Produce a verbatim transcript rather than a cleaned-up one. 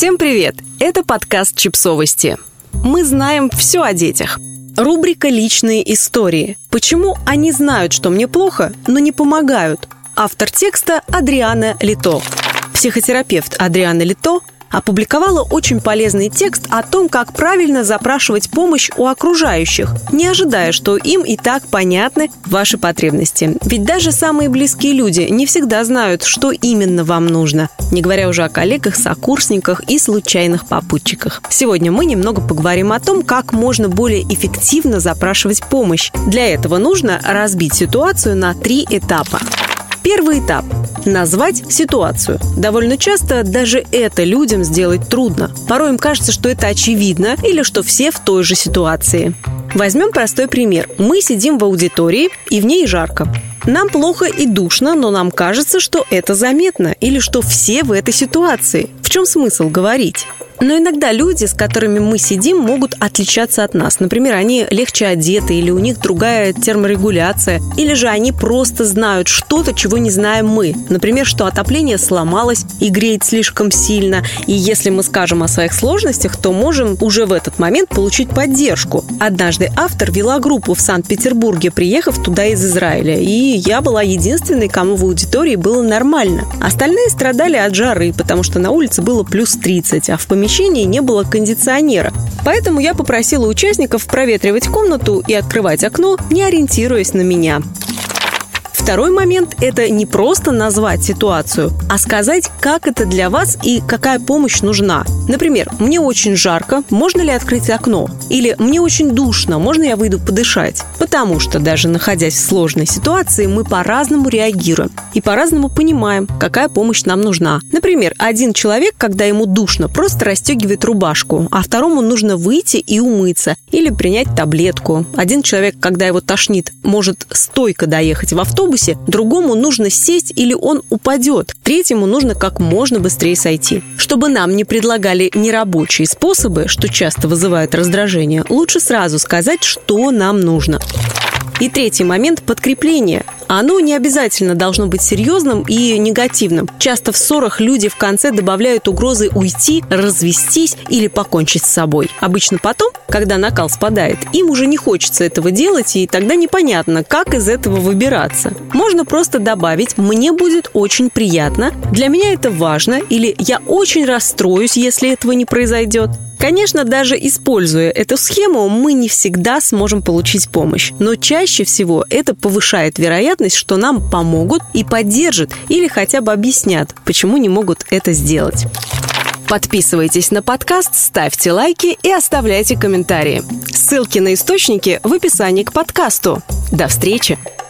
Всем привет! Это подкаст «Чипсовости». Мы знаем все о детях. Рубрика «Личные истории». Почему они знают, что мне плохо, но не помогают? Автор текста Адриана Лито. Психотерапевт Адриана Лито опубликовала очень полезный текст о том, как правильно запрашивать помощь у окружающих, не ожидая, что им и так понятны ваши потребности. Ведь даже самые близкие люди не всегда знают, что именно вам нужно, не говоря уже о коллегах, сокурсниках и случайных попутчиках. Сегодня мы немного поговорим о том, как можно более эффективно запрашивать помощь. Для этого нужно разбить ситуацию на три этапа. Первый этап – назвать ситуацию. Довольно часто даже это людям сделать трудно. Порой им кажется, что это очевидно или что все в той же ситуации. Возьмем простой пример. Мы сидим в аудитории, и в ней жарко. Нам плохо и душно, но нам кажется, что это заметно или что все в этой ситуации. В чем смысл говорить? Но иногда люди, с которыми мы сидим, могут отличаться от нас. Например, они легче одеты, или у них другая терморегуляция, или же они просто знают что-то, чего не знаем мы. Например, что отопление сломалось и греет слишком сильно. И если мы скажем о своих сложностях, то можем уже в этот момент получить поддержку. Однажды автор вела группу в Санкт-Петербурге, приехав туда из Израиля. И я была единственной, кому в аудитории было нормально. Остальные страдали от жары, потому что на улице было плюс тридцать, а в помещении не было кондиционера. Поэтому я попросила участников проветривать комнату и открывать окно, не ориентируясь на меня. Второй момент – это не просто назвать ситуацию, а сказать, как это для вас и какая помощь нужна. Например, «Мне очень жарко, можно ли открыть окно?» Или «Мне очень душно, можно я выйду подышать?» Потому что даже находясь в сложной ситуации, мы по-разному реагируем и по-разному понимаем, какая помощь нам нужна. Например, один человек, когда ему душно, просто расстегивает рубашку, а второму нужно выйти и умыться или принять таблетку. Один человек, когда его тошнит, может стойко доехать в автобус, другому нужно сесть или он упадет. Третьему нужно как можно быстрее сойти. Чтобы нам не предлагали нерабочие способы, что часто вызывает раздражение, лучше сразу сказать, что нам нужно. И третий момент – подкрепление. Оно не обязательно должно быть серьезным и негативным. Часто в ссорах люди в конце добавляют угрозы уйти, развестись или покончить с собой. Обычно потом, когда накал спадает, им уже не хочется этого делать, и тогда непонятно, как из этого выбираться. Можно просто добавить «мне будет очень приятно», «для меня это важно» или «я очень расстроюсь, если этого не произойдет». Конечно, даже используя эту схему, мы не всегда сможем получить помощь. Но чаще всего это повышает вероятность, что нам помогут и поддержат, или хотя бы объяснят, почему не могут это сделать. Подписывайтесь на подкаст, ставьте лайки и оставляйте комментарии. Ссылки на источники в описании к подкасту. До встречи!